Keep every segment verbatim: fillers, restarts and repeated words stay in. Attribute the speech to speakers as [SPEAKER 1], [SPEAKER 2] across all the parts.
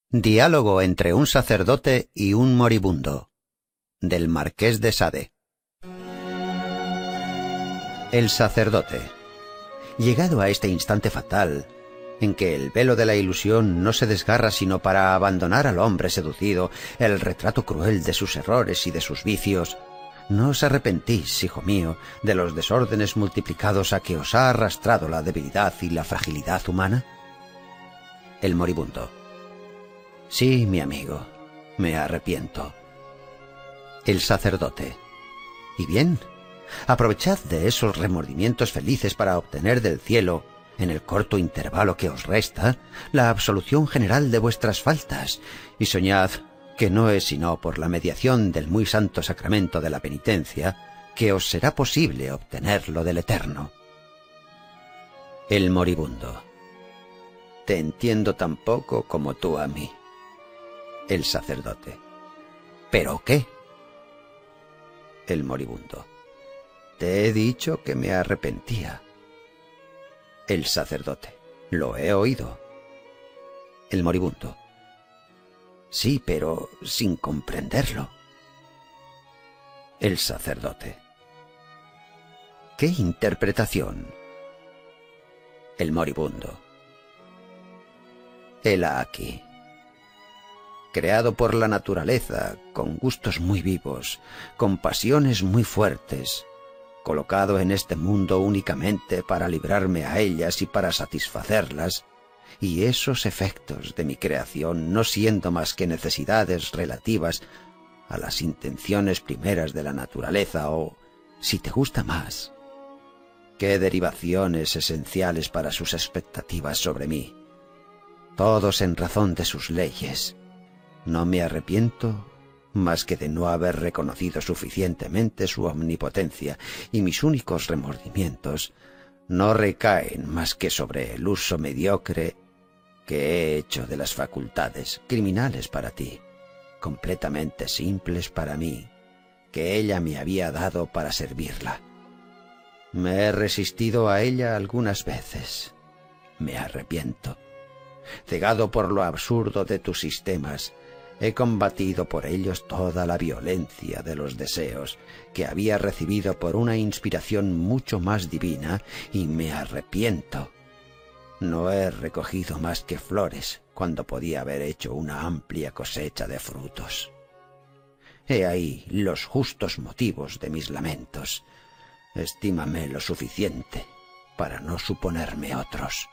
[SPEAKER 1] Diálogo entre un sacerdote y un moribundo, del Marqués de Sade. El sacerdote. Llegado a este instante fatal, en que el velo de la ilusión no se desgarra sino para abandonar al hombre seducido el retrato cruel de sus errores y de sus vicios, ¿no os arrepentís, hijo mío, de los desórdenes multiplicados a que os ha arrastrado la debilidad y la fragilidad humana? El moribundo. Sí, mi amigo, me arrepiento. El sacerdote. ¿Y bien? Aprovechad de esos remordimientos felices para obtener del cielo, en el corto intervalo que os resta, la absolución general de vuestras faltas, y soñad que no es sino por la mediación del muy santo sacramento de la penitencia que os será posible obtenerlo del Eterno. El moribundo. Te entiendo tan poco como tú a mí. El sacerdote. ¿Pero qué? El moribundo. Te he dicho que me arrepentía. El sacerdote. Lo he oído. El moribundo. Sí, pero sin comprenderlo. El sacerdote. ¿Qué interpretación? El moribundo. Hela aquí. Creado por la naturaleza, con gustos muy vivos, con pasiones muy fuertes, colocado en este mundo únicamente para librarme a ellas y para satisfacerlas, y esos efectos de mi creación no siendo más que necesidades relativas a las intenciones primeras de la naturaleza o, si te gusta más, qué derivaciones esenciales para sus expectativas sobre mí, todos en razón de sus leyes. No me arrepiento más que de no haber reconocido suficientemente su omnipotencia, y mis únicos remordimientos no recaen más que sobre el uso mediocre que he hecho de las facultades criminales para ti, completamente simples para mí, que ella me había dado para servirla. Me he resistido a ella algunas veces. Me arrepiento. Cegado por lo absurdo de tus sistemas, he combatido por ellos toda la violencia de los deseos que había recibido por una inspiración mucho más divina, y me arrepiento. No he recogido más que flores cuando podía haber hecho una amplia cosecha de frutos. He ahí los justos motivos de mis lamentos. Estímame lo suficiente para no suponerme otros.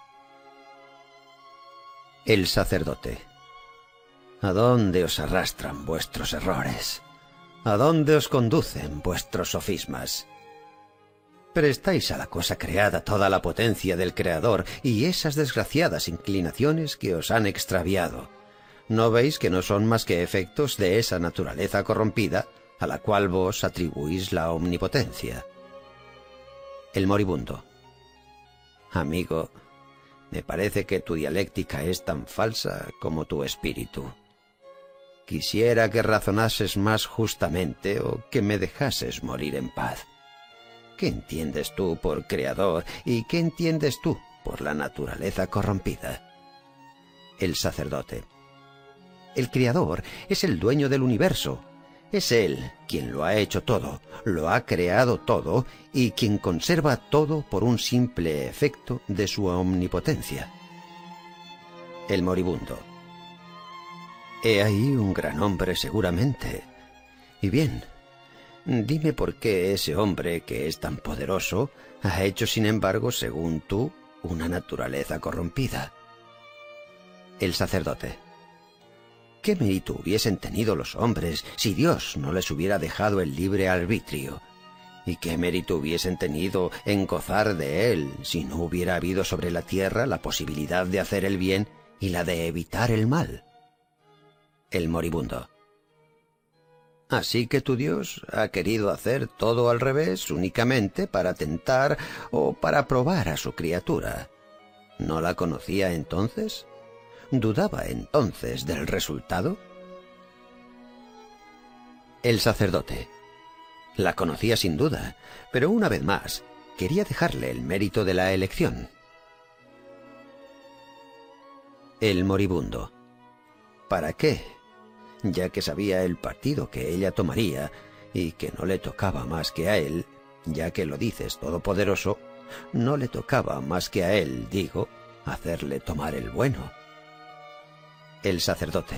[SPEAKER 1] El sacerdote. ¿A dónde os arrastran vuestros errores? ¿A dónde os conducen vuestros sofismas? Prestáis a la cosa creada toda la potencia del Creador y esas desgraciadas inclinaciones que os han extraviado. ¿No veis que no son más que efectos de esa naturaleza corrompida a la cual vos atribuís la omnipotencia? El moribundo. Amigo, me parece que tu dialéctica es tan falsa como tu espíritu. Quisiera que razonases más justamente o que me dejases morir en paz. ¿Qué entiendes tú por creador y qué entiendes tú por la naturaleza corrompida? El sacerdote. El creador es el dueño del universo. Es él quien lo ha hecho todo, lo ha creado todo y quien conserva todo por un simple efecto de su omnipotencia. El moribundo. He ahí un gran hombre seguramente. Y bien, dime por qué ese hombre que es tan poderoso ha hecho sin embargo, según tú, una naturaleza corrompida. El sacerdote. ¿Qué mérito hubiesen tenido los hombres si Dios no les hubiera dejado el libre arbitrio? ¿Y qué mérito hubiesen tenido en gozar de él si no hubiera habido sobre la tierra la posibilidad de hacer el bien y la de evitar el mal? El moribundo. Así que tu Dios ha querido hacer todo al revés únicamente para tentar o para probar a su criatura. ¿No la conocía entonces? ¿Dudaba entonces del resultado? El sacerdote. La conocía sin duda, pero una vez más quería dejarle el mérito de la elección. El moribundo. ¿para qué? Ya que sabía el partido que ella tomaría y que no le tocaba más que a él, ya que lo dices todopoderoso, no le tocaba más que a él, digo, hacerle tomar el bueno. El sacerdote.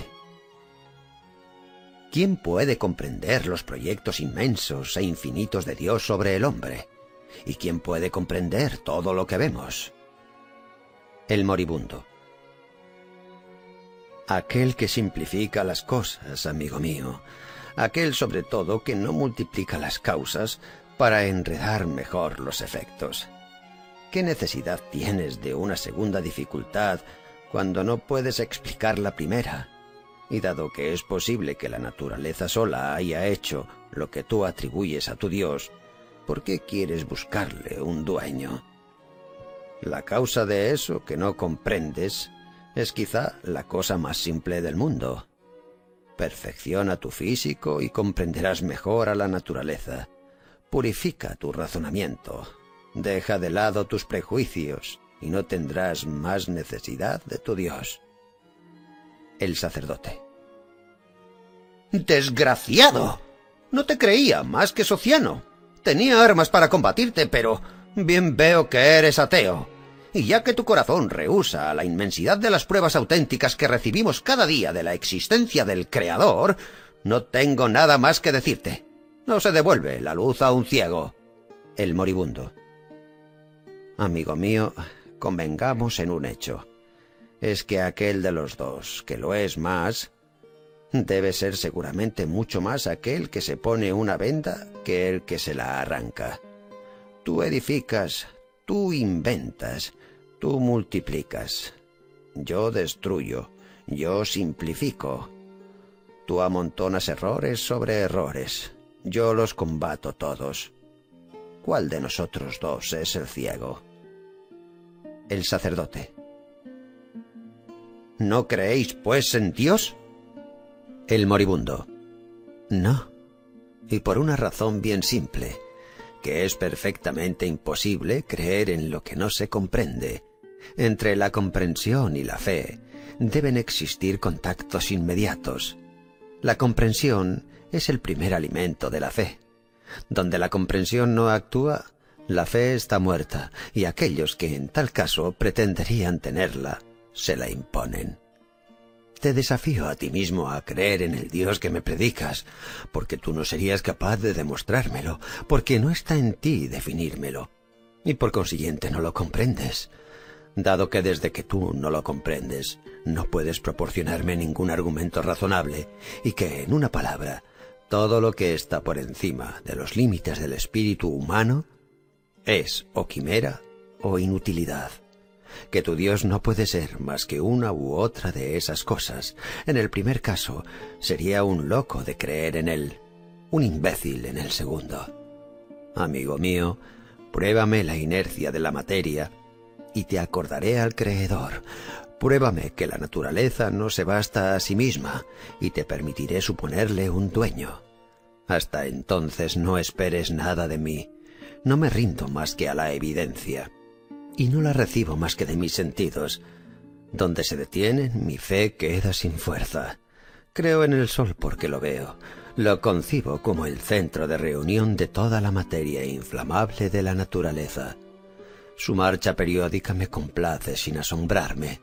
[SPEAKER 1] ¿Quién puede comprender los proyectos inmensos e infinitos de Dios sobre el hombre? ¿Y quién puede comprender todo lo que vemos? El moribundo. Aquel que simplifica las cosas, amigo mío. Aquel sobre todo que no multiplica las causas para enredar mejor los efectos. ¿Qué necesidad tienes de una segunda dificultad cuando no puedes explicar la primera? Y dado que es posible que la naturaleza sola haya hecho lo que tú atribuyes a tu Dios, ¿por qué quieres buscarle un dueño? La causa de eso que no comprendes es quizá la cosa más simple del mundo. Perfecciona tu físico y comprenderás mejor a la naturaleza. Purifica tu razonamiento. Deja de lado tus prejuicios y no tendrás más necesidad de tu Dios. El sacerdote. ¡Desgraciado! No te creía más que sociano. Tenía armas para combatirte, pero bien veo que eres ateo. Y ya que tu corazón rehúsa la inmensidad de las pruebas auténticas que recibimos cada día de la existencia del Creador, no tengo nada más que decirte. No se devuelve la luz a un ciego. El moribundo. Amigo mío, convengamos en un hecho. Es que aquel de los dos, que lo es más, debe ser seguramente mucho más aquel que se pone una venda que el que se la arranca. Tú edificas, tú inventas, tú multiplicas. Yo destruyo, yo simplifico. Tú amontonas errores sobre errores. Yo los combato todos. ¿Cuál de nosotros dos es el ciego? El sacerdote. ¿No creéis, pues, en Dios? El moribundo. No, y por una razón bien simple, que es perfectamente imposible creer en lo que no se comprende. Entre la comprensión y la fe deben existir contactos inmediatos. La comprensión es el primer alimento de la fe. Donde la comprensión no actúa, la fe está muerta, y aquellos que en tal caso pretenderían tenerla, se la imponen. Te desafío a ti mismo a creer en el Dios que me predicas, porque tú no serías capaz de demostrármelo, porque no está en ti definírmelo, y por consiguiente no lo comprendes. Dado que desde que tú no lo comprendes, no puedes proporcionarme ningún argumento razonable, y que, en una palabra, todo lo que está por encima de los límites del espíritu humano es o quimera o inutilidad. Que tu Dios no puede ser más que una u otra de esas cosas. En el primer caso, sería un loco de creer en él, un imbécil en el segundo. Amigo mío, pruébame la inercia de la materia y te acordaré al Creador. Pruébame que la naturaleza no se basta a sí misma y te permitiré suponerle un dueño. Hasta entonces no esperes nada de mí. No me rindo más que a la evidencia. Y no la recibo más que de mis sentidos. Donde se detienen, mi fe queda sin fuerza. Creo en el sol porque lo veo. Lo concibo como el centro de reunión de toda la materia inflamable de la naturaleza. Su marcha periódica me complace sin asombrarme.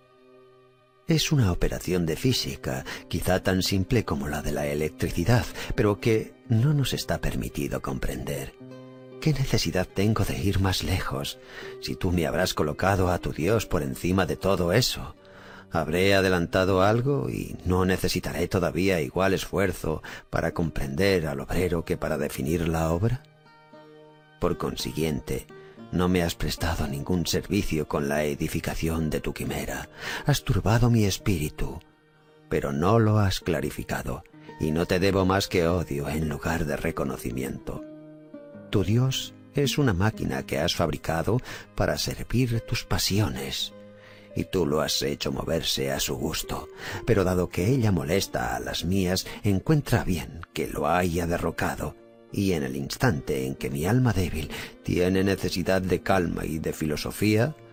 [SPEAKER 1] Es una operación de física, quizá tan simple como la de la electricidad, pero que no nos está permitido comprender. ¿Qué necesidad tengo de ir más lejos, si tú me habrás colocado a tu Dios por encima de todo eso? ¿Habré adelantado algo y no necesitaré todavía igual esfuerzo para comprender al obrero que para definir la obra? Por consiguiente, no me has prestado ningún servicio con la edificación de tu quimera. Has turbado mi espíritu, pero no lo has clarificado, y no te debo más que odio en lugar de reconocimiento. Tu Dios es una máquina que has fabricado para servir tus pasiones, y tú lo has hecho moverse a su gusto, pero dado que ella molesta a las mías, encuentra bien que lo haya derrocado, y en el instante en que mi alma débil tiene necesidad de calma y de filosofía,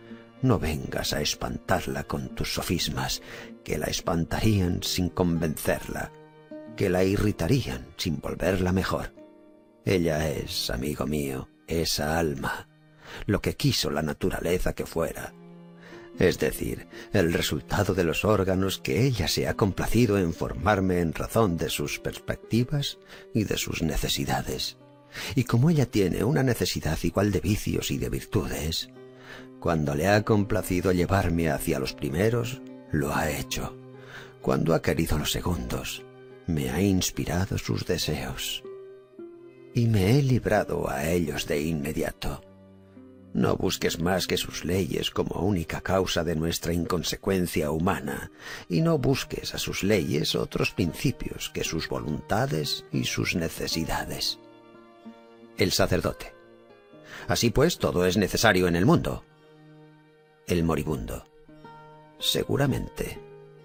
[SPEAKER 1] no vengas a espantarla con tus sofismas, que la espantarían sin convencerla, que la irritarían sin volverla mejor. Ella es, amigo mío, esa alma, lo que quiso la naturaleza que fuera, es decir, el resultado de los órganos que ella se ha complacido en formarme en razón de sus perspectivas y de sus necesidades. Y como ella tiene una necesidad igual de vicios y de virtudes, cuando le ha complacido llevarme hacia los primeros, lo ha hecho. Cuando ha querido los segundos, me ha inspirado sus deseos. Y me he librado a ellos de inmediato. No busques más que sus leyes como única causa de nuestra inconsecuencia humana, y no busques a sus leyes otros principios que sus voluntades y sus necesidades. El sacerdote. Así pues, todo es necesario en el mundo. El moribundo. Seguramente.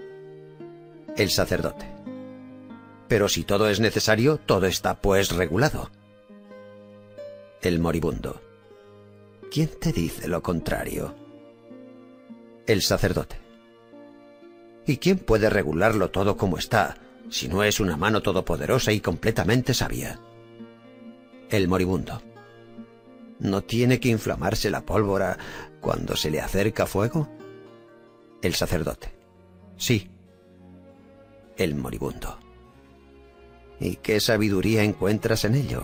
[SPEAKER 1] El sacerdote. Pero si todo es necesario, todo está pues regulado. El moribundo. ¿Quién te dice lo contrario? El sacerdote. ¿Y quién puede regularlo todo como está, si no es una mano todopoderosa y completamente sabia? El moribundo. ¿No tiene que inflamarse la pólvora cuando se le acerca fuego? El sacerdote. Sí. El moribundo. ¿Y qué sabiduría encuentras en ello?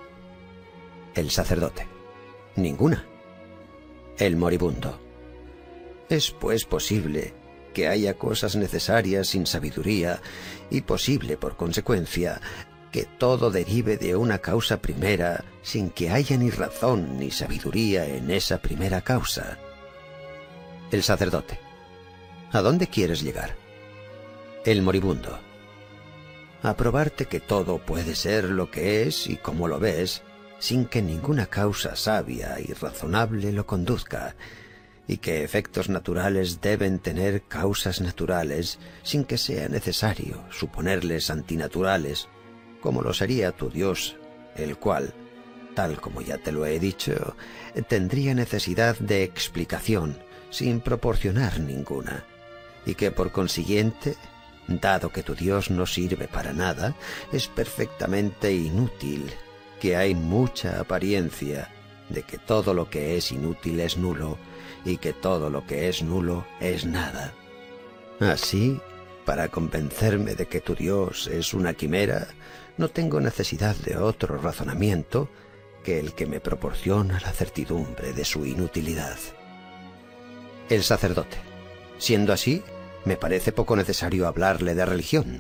[SPEAKER 1] El sacerdote. Ninguna. El moribundo. Es pues posible que haya cosas necesarias sin sabiduría y posible, por consecuencia, que todo derive de una causa primera sin que haya ni razón ni sabiduría en esa primera causa. El sacerdote. ¿A dónde quieres llegar? El moribundo. A probarte que todo puede ser lo que es y como lo ves, sin que ninguna causa sabia y razonable lo conduzca, y que efectos naturales deben tener causas naturales sin que sea necesario suponerles antinaturales, como lo sería tu Dios, el cual, tal como ya te lo he dicho, tendría necesidad de explicación sin proporcionar ninguna, y que por consiguiente, dado que tu Dios no sirve para nada, es perfectamente inútil, que hay mucha apariencia de que todo lo que es inútil es nulo y que todo lo que es nulo es nada. Así, para convencerme de que tu Dios es una quimera, no tengo necesidad de otro razonamiento que el que me proporciona la certidumbre de su inutilidad. El sacerdote. Siendo así, me parece poco necesario hablarle de religión.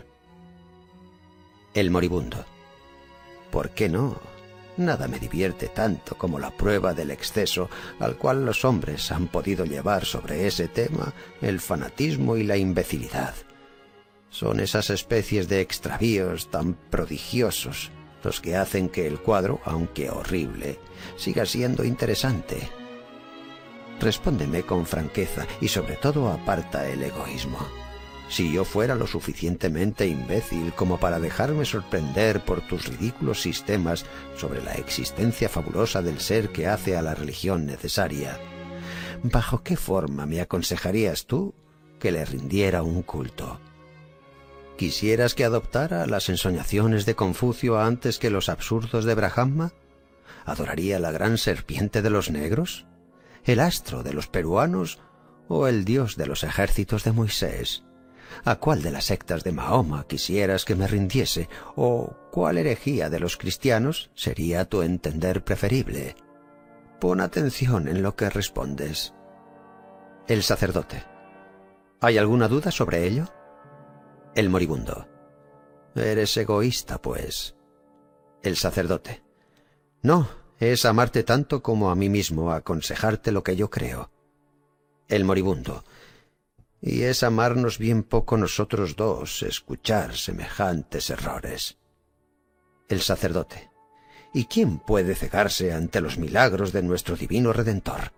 [SPEAKER 1] El moribundo. ¿Por qué no? Nada me divierte tanto como la prueba del exceso al cual los hombres han podido llevar sobre ese tema el fanatismo y la imbecilidad. Son esas especies de extravíos tan prodigiosos los que hacen que el cuadro, aunque horrible, siga siendo interesante. Respóndeme con franqueza y sobre todo aparta el egoísmo. Si yo fuera lo suficientemente imbécil como para dejarme sorprender por tus ridículos sistemas sobre la existencia fabulosa del ser que hace a la religión necesaria, ¿bajo qué forma me aconsejarías tú que le rindiera un culto? ¿Quisieras que adoptara las ensoñaciones de Confucio antes que los absurdos de Brahma? ¿Adoraría la gran serpiente de los negros? ¿El astro de los peruanos o el dios de los ejércitos de Moisés? ¿A cuál de las sectas de Mahoma quisieras que me rindiese? ¿O cuál herejía de los cristianos sería a tu entender preferible? Pon atención en lo que respondes. El sacerdote. ¿Hay alguna duda sobre ello? El moribundo. Eres egoísta, pues. El sacerdote. No, es amarte tanto como a mí mismo aconsejarte lo que yo creo. El moribundo. Y es amarnos bien poco nosotros dos escuchar semejantes errores. El sacerdote. ¿Y quién puede cegarse ante los milagros de nuestro divino Redentor?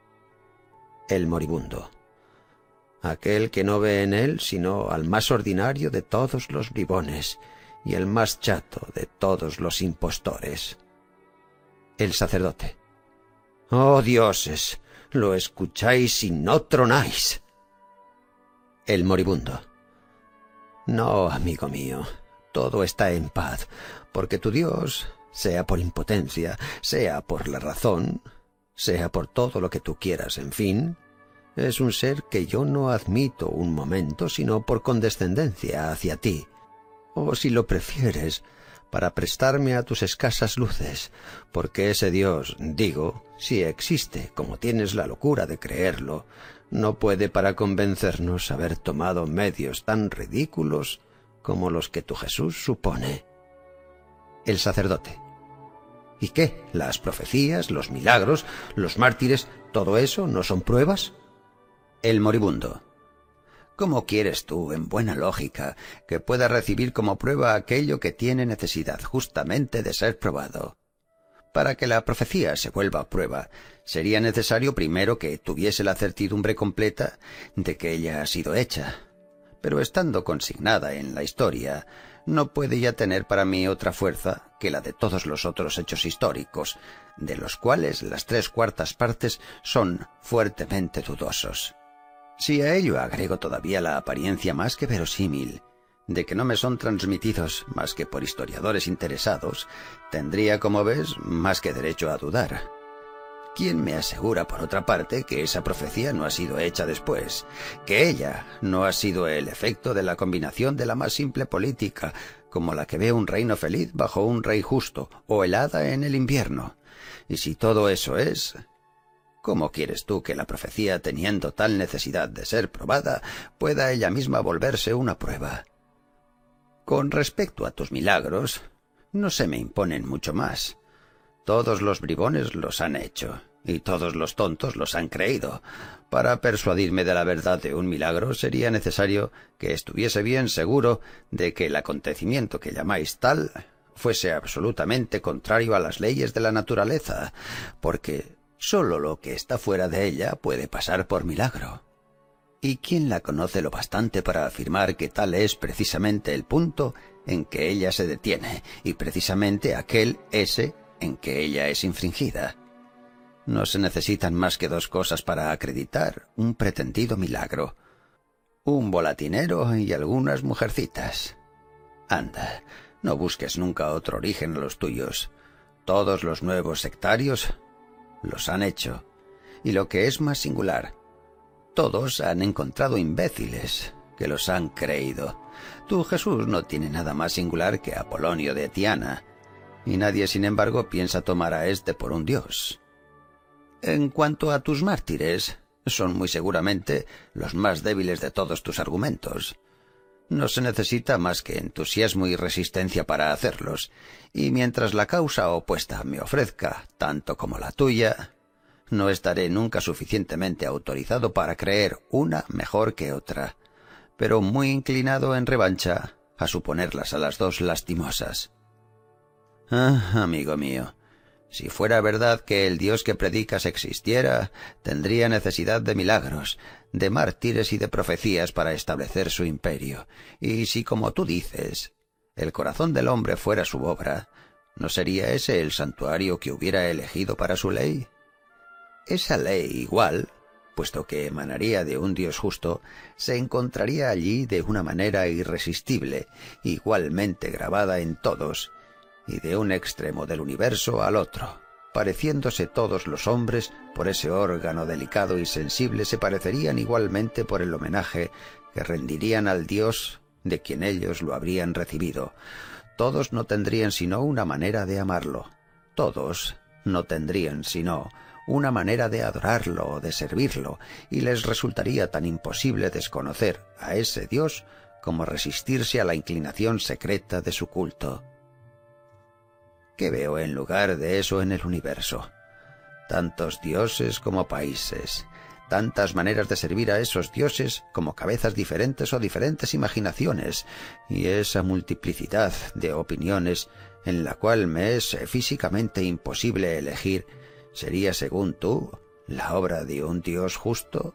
[SPEAKER 1] El moribundo. Aquel que no ve en él sino al más ordinario de todos los bribones y el más chato de todos los impostores. El sacerdote. Oh dioses, lo escucháis y no tronáis. El moribundo. No, amigo mío, todo está en paz, porque tu Dios, sea por impotencia, sea por la razón, sea por todo lo que tú quieras, en fin, es un ser que yo no admito un momento sino por condescendencia hacia ti, o si lo prefieres, para prestarme a tus escasas luces, porque ese Dios, digo, si existe, como tienes la locura de creerlo, no puede para convencernos haber tomado medios tan ridículos como los que tu Jesús supone. El sacerdote. ¿Y qué? ¿Las profecías, los milagros, los mártires, todo eso no son pruebas? El moribundo. ¿Cómo quieres tú, en buena lógica, que pueda recibir como prueba aquello que tiene necesidad justamente de ser probado? Para que la profecía se vuelva prueba, sería necesario primero que tuviese la certidumbre completa de que ella ha sido hecha. Pero estando consignada en la historia, no puede ya tener para mí otra fuerza que la de todos los otros hechos históricos, de los cuales las tres cuartas partes son fuertemente dudosos. Si a ello agrego todavía la apariencia más que verosímil de que no me son transmitidos más que por historiadores interesados, tendría, como ves, más que derecho a dudar. ¿Quién me asegura, por otra parte, que esa profecía no ha sido hecha después? Que ella no ha sido el efecto de la combinación de la más simple política, como la que ve un reino feliz bajo un rey justo, o helada en el invierno. Y si todo eso es, ¿cómo quieres tú que la profecía, teniendo tal necesidad de ser probada, pueda ella misma volverse una prueba? Con respecto a tus milagros, no se me imponen mucho más. Todos los bribones los han hecho, y todos los tontos los han creído. Para persuadirme de la verdad de un milagro sería necesario que estuviese bien seguro de que el acontecimiento que llamáis tal fuese absolutamente contrario a las leyes de la naturaleza, porque sólo lo que está fuera de ella puede pasar por milagro. ¿Y quién la conoce lo bastante para afirmar que tal es precisamente el punto en que ella se detiene, y precisamente aquel ese en que ella es infringida? No se necesitan más que dos cosas para acreditar un pretendido milagro: un volatinero y algunas mujercitas. Anda, no busques nunca otro origen a los tuyos. Todos los nuevos sectarios los han hecho, y lo que es más singular, todos han encontrado imbéciles que los han creído. Tu Jesús no tiene nada más singular que Apolonio de Tiana, y nadie, sin embargo, piensa tomar a éste por un dios. En cuanto a tus mártires, son muy seguramente los más débiles de todos tus argumentos. No se necesita más que entusiasmo y resistencia para hacerlos, y mientras la causa opuesta me ofrezca tanto como la tuya, no estaré nunca suficientemente autorizado para creer una mejor que otra, pero muy inclinado en revancha a suponerlas a las dos lastimosas. Ah, amigo mío, si fuera verdad que el Dios que predicas existiera, tendría necesidad de milagros, de mártires y de profecías para establecer su imperio. Y si, como tú dices, el corazón del hombre fuera su obra, ¿no sería ese el santuario que hubiera elegido para su ley? Esa ley igual, puesto que emanaría de un Dios justo, se encontraría allí de una manera irresistible, igualmente grabada en todos, y de un extremo del universo al otro. Pareciéndose todos los hombres por ese órgano delicado y sensible, se parecerían igualmente por el homenaje que rendirían al Dios de quien ellos lo habrían recibido. Todos no tendrían sino una manera de amarlo. Todos no tendrían sino una manera de adorarlo o de servirlo, y les resultaría tan imposible desconocer a ese Dios como resistirse a la inclinación secreta de su culto. ¿Qué veo en lugar de eso en el universo? Tantos dioses como países, tantas maneras de servir a esos dioses como cabezas diferentes o diferentes imaginaciones, y esa multiplicidad de opiniones en la cual me es físicamente imposible elegir, ¿sería, según tú, la obra de un Dios justo?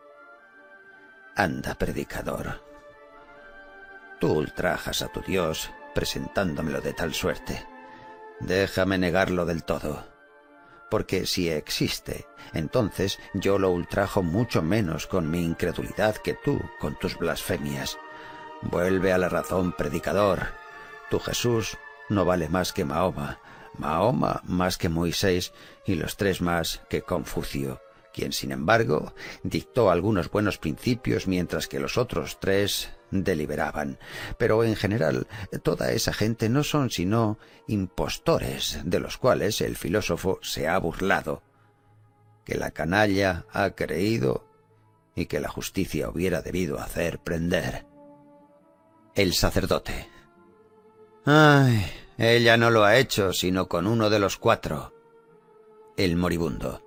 [SPEAKER 1] Anda, predicador. Tú ultrajas a tu Dios presentándomelo de tal suerte. Déjame negarlo del todo. porque si existe, entonces yo lo ultrajo mucho menos con mi incredulidad que tú con tus blasfemias. Vuelve a la razón, predicador. Tu Jesús no vale más que Mahoma, Mahoma más que Moisés y los tres más que Confucio, quien sin embargo dictó algunos buenos principios mientras que los otros tres deliberaban. Pero en general toda esa gente no son sino impostores de los cuales el filósofo se ha burlado, que la canalla ha creído y que la justicia hubiera debido hacer prender. El sacerdote. Ay, ella no lo ha hecho sino con uno de los cuatro. El moribundo.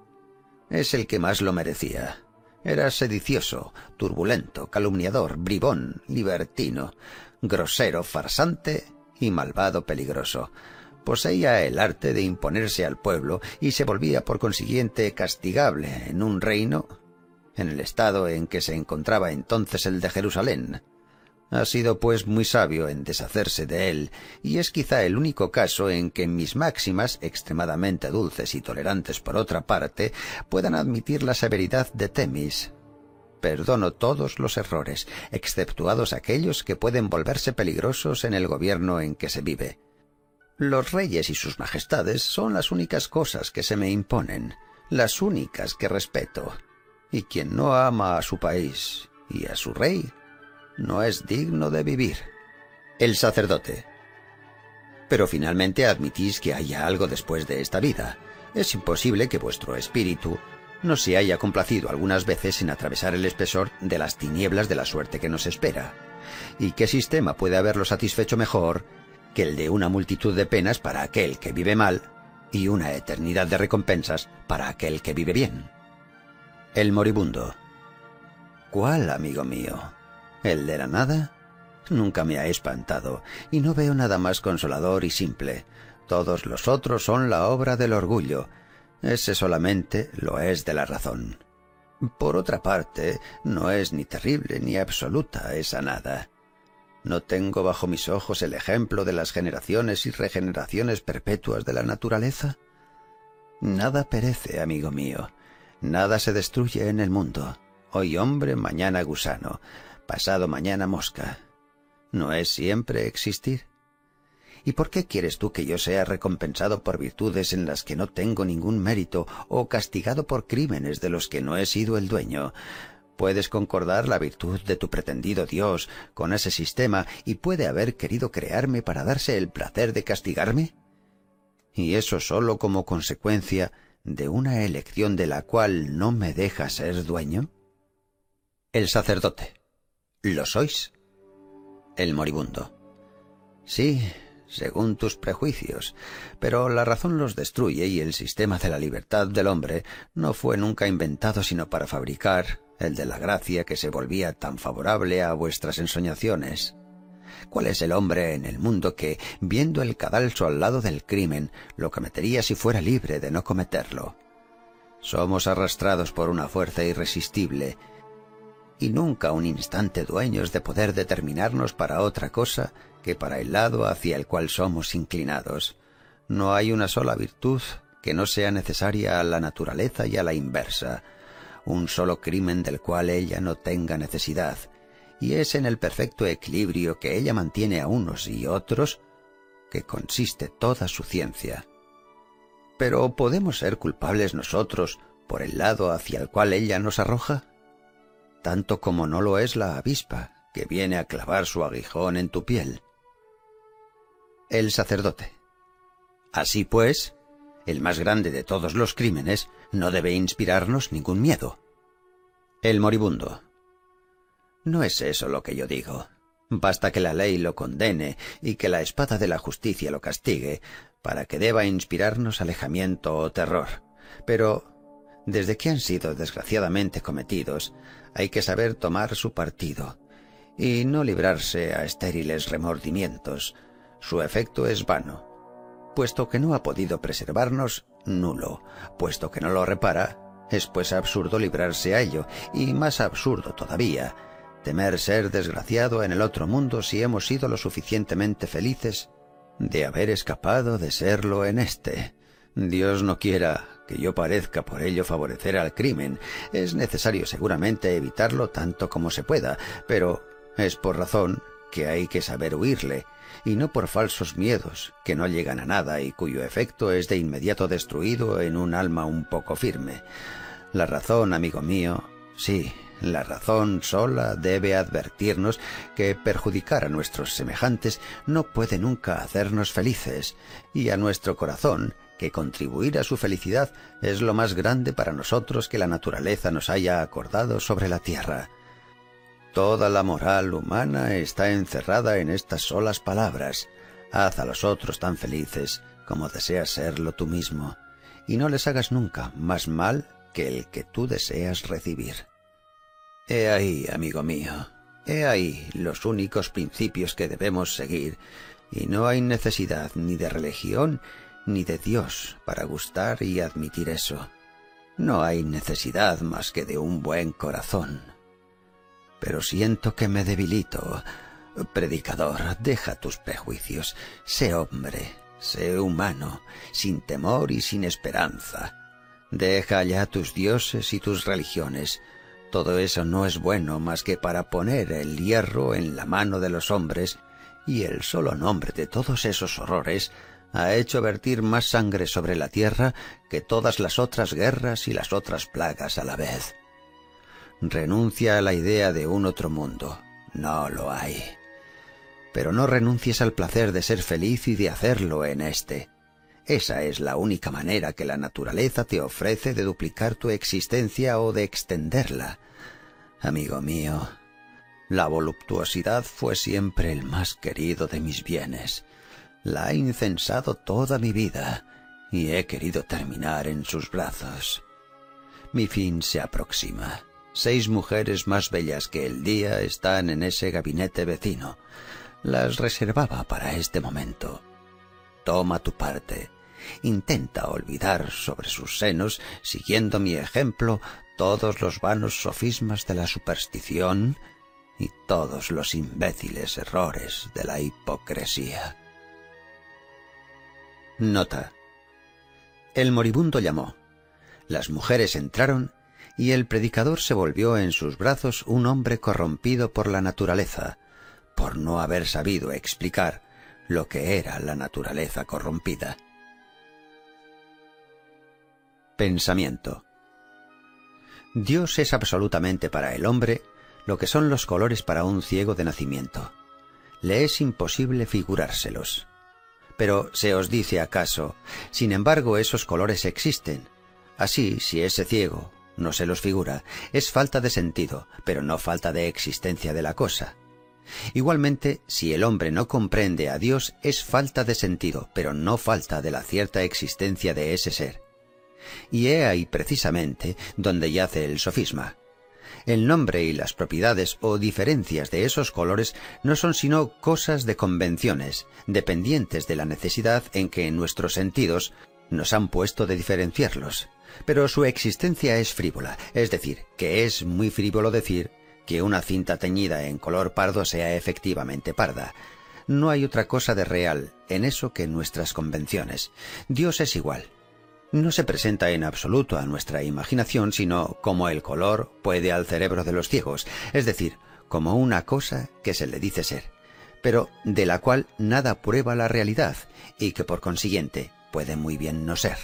[SPEAKER 1] Es el que más lo merecía. Era sedicioso, turbulento, calumniador, bribón, libertino, grosero, farsante y malvado peligroso. Poseía el arte de imponerse al pueblo y se volvía por consiguiente castigable en un reino, en el estado en que se encontraba entonces el de Jerusalén. Ha sido pues muy sabio en deshacerse de él, y es quizá el único caso en que mis máximas, extremadamente dulces y tolerantes por otra parte, puedan admitir la severidad de Temis. Perdono todos los errores, exceptuados aquellos que pueden volverse peligrosos en el gobierno en que se vive. Los reyes y sus majestades son las únicas cosas que se me imponen, las únicas que respeto, y quien no ama a su país y a su rey no es digno de vivir. El sacerdote. Pero finalmente admitís que haya algo después de esta vida. Es imposible que vuestro espíritu no se haya complacido algunas veces en atravesar el espesor de las tinieblas de la suerte que nos espera. ¿Y qué sistema puede haberlo satisfecho mejor que el de una multitud de penas para aquel que vive mal y una eternidad de recompensas para aquel que vive bien? El moribundo. ¿Cuál, amigo mío? ¿El de la nada? Nunca me ha espantado, y no veo nada más consolador y simple. Todos los otros son la obra del orgullo. Ese solamente lo es de la razón. Por otra parte, no es ni terrible ni absoluta esa nada. ¿No tengo bajo mis ojos el ejemplo de las generaciones y regeneraciones perpetuas de la naturaleza? Nada perece, amigo mío. Nada se destruye en el mundo. Hoy hombre, mañana gusano. Pasado mañana mosca. ¿No es siempre existir? ¿Y por qué quieres tú que yo sea recompensado por virtudes en las que no tengo ningún mérito o castigado por crímenes de los que no he sido el dueño? ¿Puedes concordar la virtud de tu pretendido Dios con ese sistema y puede haber querido crearme para darse el placer de castigarme? ¿Y eso solo como consecuencia de una elección de la cual no me deja ser dueño? El sacerdote. ¿Lo sois? El moribundo. Sí, según tus prejuicios, pero la razón los destruye y el sistema de la libertad del hombre no fue nunca inventado sino para fabricar el de la gracia que se volvía tan favorable a vuestras ensoñaciones. ¿Cuál es el hombre en el mundo que, viendo el cadalso al lado del crimen, lo cometería si fuera libre de no cometerlo? Somos arrastrados por una fuerza irresistible, y nunca un instante dueños de poder determinarnos para otra cosa que para el lado hacia el cual somos inclinados. No hay una sola virtud que no sea necesaria a la naturaleza y a la inversa, un solo crimen del cual ella no tenga necesidad, y es en el perfecto equilibrio que ella mantiene a unos y otros que consiste toda su ciencia. Pero ¿podemos ser culpables nosotros por el lado hacia el cual ella nos arroja? Tanto como no lo es la avispa que viene a clavar su aguijón en tu piel. El sacerdote. Así pues, el más grande de todos los crímenes no debe inspirarnos ningún miedo. El moribundo. No es eso lo que yo digo. Basta que la ley lo condene y que la espada de la justicia lo castigue para que deba inspirarnos alejamiento o terror. Pero desde que han sido desgraciadamente cometidos, hay que saber tomar su partido y no librarse a estériles remordimientos. Su efecto es vano. Puesto que no ha podido preservarnos, nulo. Puesto que no lo repara, es pues absurdo librarse a ello, y más absurdo todavía, temer ser desgraciado en el otro mundo si hemos sido lo suficientemente felices de haber escapado de serlo en éste. Dios no quiera que yo parezca por ello favorecer al crimen. Es necesario seguramente evitarlo tanto como se pueda, pero es por razón que hay que saber huirle, y no por falsos miedos que no llegan a nada y cuyo efecto es de inmediato destruido en un alma un poco firme. La razón, amigo mío, sí, la razón sola debe advertirnos que perjudicar a nuestros semejantes no puede nunca hacernos felices, y a nuestro corazón que contribuir a su felicidad es lo más grande para nosotros que la naturaleza nos haya acordado sobre la tierra. Toda la moral humana está encerrada en estas solas palabras: haz a los otros tan felices como deseas serlo tú mismo, y no les hagas nunca más mal que el que tú deseas recibir. He ahí, amigo mío, he ahí los únicos principios que debemos seguir, y no hay necesidad ni de religión ni de Dios para gustar y admitir eso. No hay necesidad más que de un buen corazón. Pero siento que me debilito. Predicador, deja tus prejuicios. Sé hombre, sé humano, sin temor y sin esperanza. Deja ya tus dioses y tus religiones. Todo eso no es bueno más que para poner el hierro en la mano de los hombres, y el solo nombre de todos esos horrores ha hecho vertir más sangre sobre la tierra que todas las otras guerras y las otras plagas a la vez. Renuncia a la idea de un otro mundo. No lo hay. Pero no renuncies al placer de ser feliz y de hacerlo en este. Esa es la única manera que la naturaleza te ofrece de duplicar tu existencia o de extenderla. Amigo mío, la voluptuosidad fue siempre el más querido de mis bienes. La he incensado toda mi vida y he querido terminar en sus brazos. Mi fin se aproxima. Seis mujeres más bellas que el día están en ese gabinete vecino. Las reservaba para este momento. Toma tu parte. Intenta olvidar sobre sus senos, siguiendo mi ejemplo, todos los vanos sofismas de la superstición y todos los imbéciles errores de la hipocresía. Nota. El moribundo llamó. Las mujeres entraron y el predicador se volvió en sus brazos un hombre corrompido por la naturaleza, por no haber sabido explicar lo que era la naturaleza corrompida. Pensamiento. Dios es absolutamente para el hombre lo que son los colores para un ciego de nacimiento. Le es imposible figurárselos. Pero se os dice acaso, sin embargo esos colores existen. Así, si ese ciego no se los figura, es falta de sentido, pero no falta de existencia de la cosa. Igualmente, si el hombre no comprende a Dios, es falta de sentido, pero no falta de la cierta existencia de ese ser. Y he ahí precisamente donde yace el sofisma. El nombre y las propiedades o diferencias de esos colores no son sino cosas de convenciones, dependientes de la necesidad en que nuestros sentidos nos han puesto de diferenciarlos. Pero su existencia es frívola, es decir, que es muy frívolo decir que una cinta teñida en color pardo sea efectivamente parda. No hay otra cosa de real en eso que nuestras convenciones. Dios es igual. No se presenta en absoluto a nuestra imaginación, sino como el color puede al cerebro de los ciegos, es decir, como una cosa que se le dice ser, pero de la cual nada prueba la realidad y que por consiguiente puede muy bien no ser.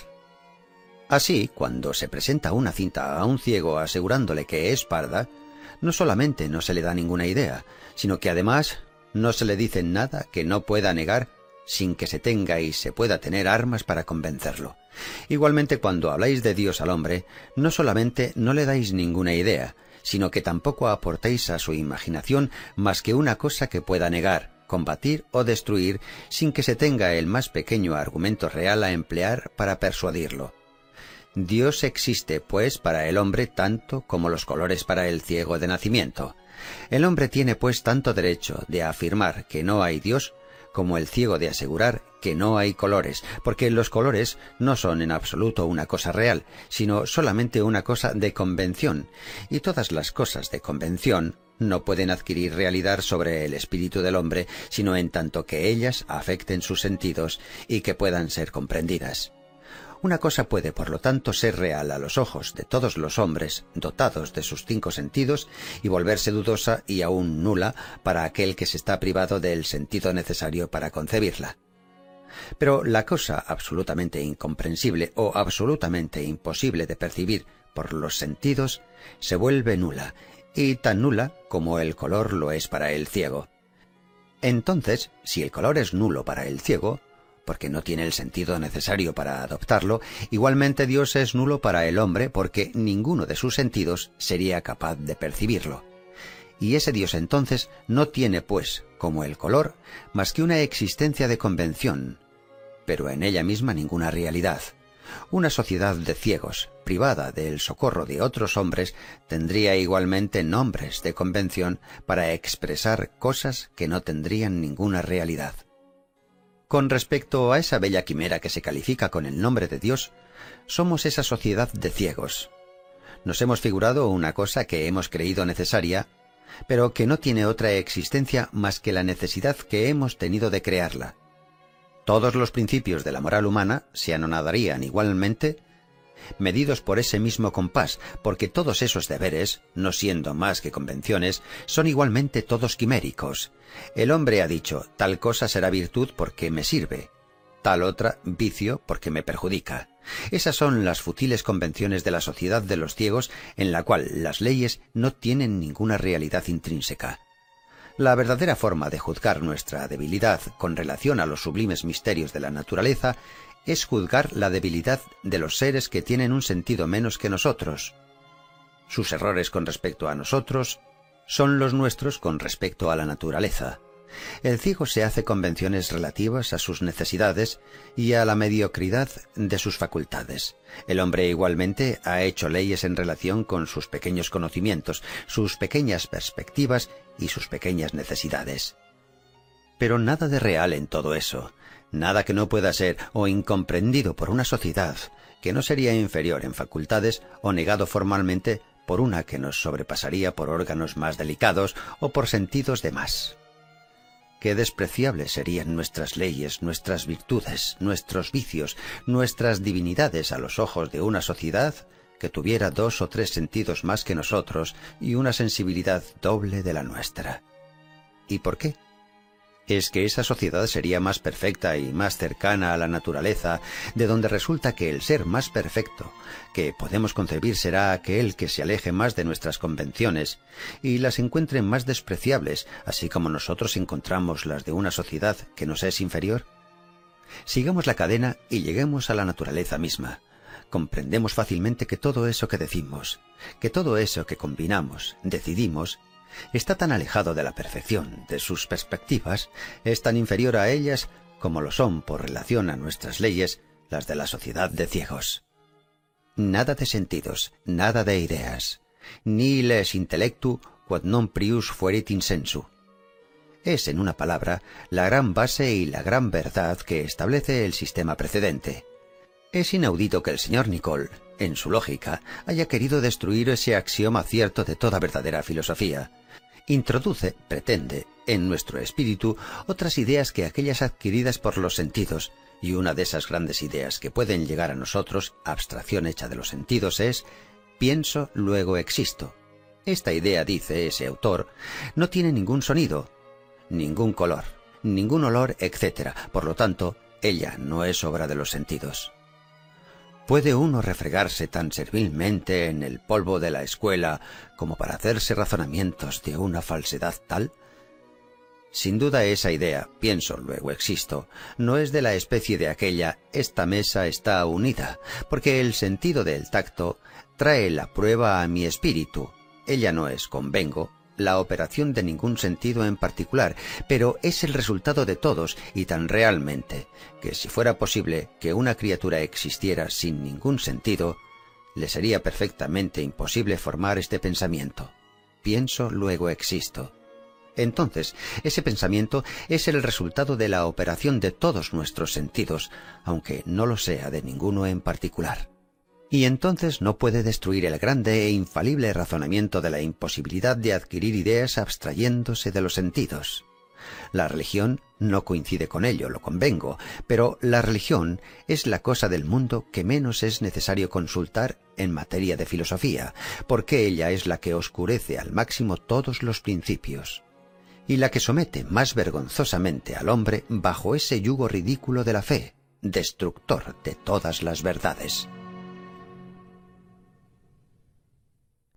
[SPEAKER 1] Así, cuando se presenta una cinta a un ciego asegurándole que es parda, no solamente no se le da ninguna idea, sino que además no se le dice nada que no pueda negar sin que se tenga y se pueda tener armas para convencerlo. Igualmente, cuando habláis de Dios al hombre, no solamente no le dais ninguna idea, sino que tampoco aportáis a su imaginación más que una cosa que pueda negar, combatir o destruir sin que se tenga el más pequeño argumento real a emplear para persuadirlo. Dios existe, pues, para el hombre tanto como los colores para el ciego de nacimiento. El hombre tiene, pues, tanto derecho de afirmar que no hay Dios como el ciego de asegurar que no hay colores, porque los colores no son en absoluto una cosa real, sino solamente una cosa de convención, y todas las cosas de convención no pueden adquirir realidad sobre el espíritu del hombre, sino en tanto que ellas afecten sus sentidos y que puedan ser comprendidas. Una cosa puede, por lo tanto, ser real a los ojos de todos los hombres dotados de sus cinco sentidos y volverse dudosa y aún nula para aquel que se está privado del sentido necesario para concebirla. Pero la cosa absolutamente incomprensible o absolutamente imposible de percibir por los sentidos se vuelve nula, y tan nula como el color lo es para el ciego. Entonces, si el color es nulo para el ciego, porque no tiene el sentido necesario para adoptarlo, igualmente Dios es nulo para el hombre porque ninguno de sus sentidos sería capaz de percibirlo. Y ese Dios entonces no tiene, pues, como el color, más que una existencia de convención, pero en ella misma ninguna realidad. Una sociedad de ciegos, privada del socorro de otros hombres, tendría igualmente nombres de convención para expresar cosas que no tendrían ninguna realidad. Con respecto a esa bella quimera que se califica con el nombre de Dios, somos esa sociedad de ciegos. Nos hemos figurado una cosa que hemos creído necesaria, pero que no tiene otra existencia más que la necesidad que hemos tenido de crearla. Todos los principios de la moral humana se anonadarían igualmente, medidos por ese mismo compás, porque todos esos deberes, no siendo más que convenciones, son igualmente todos quiméricos. El hombre ha dicho, tal cosa será virtud porque me sirve, tal otra vicio porque me perjudica. Esas son las futiles convenciones de la sociedad de los ciegos, en la cual las leyes no tienen ninguna realidad intrínseca. La verdadera forma de juzgar nuestra debilidad con relación a los sublimes misterios de la naturaleza es juzgar la debilidad de los seres que tienen un sentido menos que nosotros. Sus errores con respecto a nosotros son los nuestros con respecto a la naturaleza. El ciego se hace convenciones relativas a sus necesidades y a la mediocridad de sus facultades. El hombre igualmente ha hecho leyes en relación con sus pequeños conocimientos, sus pequeñas perspectivas y sus pequeñas necesidades. Pero nada de real en todo eso, nada que no pueda ser o incomprendido por una sociedad que no sería inferior en facultades o negado formalmente por una que nos sobrepasaría por órganos más delicados o por sentidos de más. Qué despreciables serían nuestras leyes, nuestras virtudes, nuestros vicios, nuestras divinidades a los ojos de una sociedad que tuviera dos o tres sentidos más que nosotros y una sensibilidad doble de la nuestra. ¿Y por qué? Es que esa sociedad sería más perfecta y más cercana a la naturaleza, de donde resulta que el ser más perfecto que podemos concebir será aquel que se aleje más de nuestras convenciones y las encuentre más despreciables, así como nosotros encontramos las de una sociedad que nos es inferior. Sigamos la cadena y lleguemos a la naturaleza misma. Comprendemos fácilmente que todo eso que decimos, que todo eso que combinamos, decidimos, está tan alejado de la perfección de sus perspectivas, es tan inferior a ellas como lo son por relación a nuestras leyes las de la sociedad de ciegos. Nada de sentidos, nada de ideas, ni les intellectu quod non prius fuerit in sensu. Es, en una palabra, la gran base y la gran verdad que establece el sistema precedente. Es inaudito que el señor Nicole, en su lógica, haya querido destruir ese axioma cierto de toda verdadera filosofía. Introduce, pretende, en nuestro espíritu otras ideas que aquellas adquiridas por los sentidos, y una de esas grandes ideas que pueden llegar a nosotros, abstracción hecha de los sentidos, es pienso, luego existo. Esta idea, dice ese autor, no tiene ningún sonido, ningún color, ningún olor, etcétera. Por lo tanto, ella no es obra de los sentidos. ¿Puede uno refregarse tan servilmente en el polvo de la escuela como para hacerse razonamientos de una falsedad tal? Sin duda esa idea, pienso, luego existo, no es de la especie de aquella esta mesa está unida, porque el sentido del tacto trae la prueba a mi espíritu. Ella no es, convengo, la operación de ningún sentido en particular, pero es el resultado de todos y tan realmente que si fuera posible que una criatura existiera sin ningún sentido, le sería perfectamente imposible formar este pensamiento. Pienso, luego existo. Entonces, ese pensamiento es el resultado de la operación de todos nuestros sentidos, aunque no lo sea de ninguno en particular. Y entonces no puede destruir el grande e infalible razonamiento de la imposibilidad de adquirir ideas abstrayéndose de los sentidos. La religión no coincide con ello, lo convengo, pero la religión es la cosa del mundo que menos es necesario consultar en materia de filosofía, porque ella es la que oscurece al máximo todos los principios, y la que somete más vergonzosamente al hombre bajo ese yugo ridículo de la fe, destructor de todas las verdades.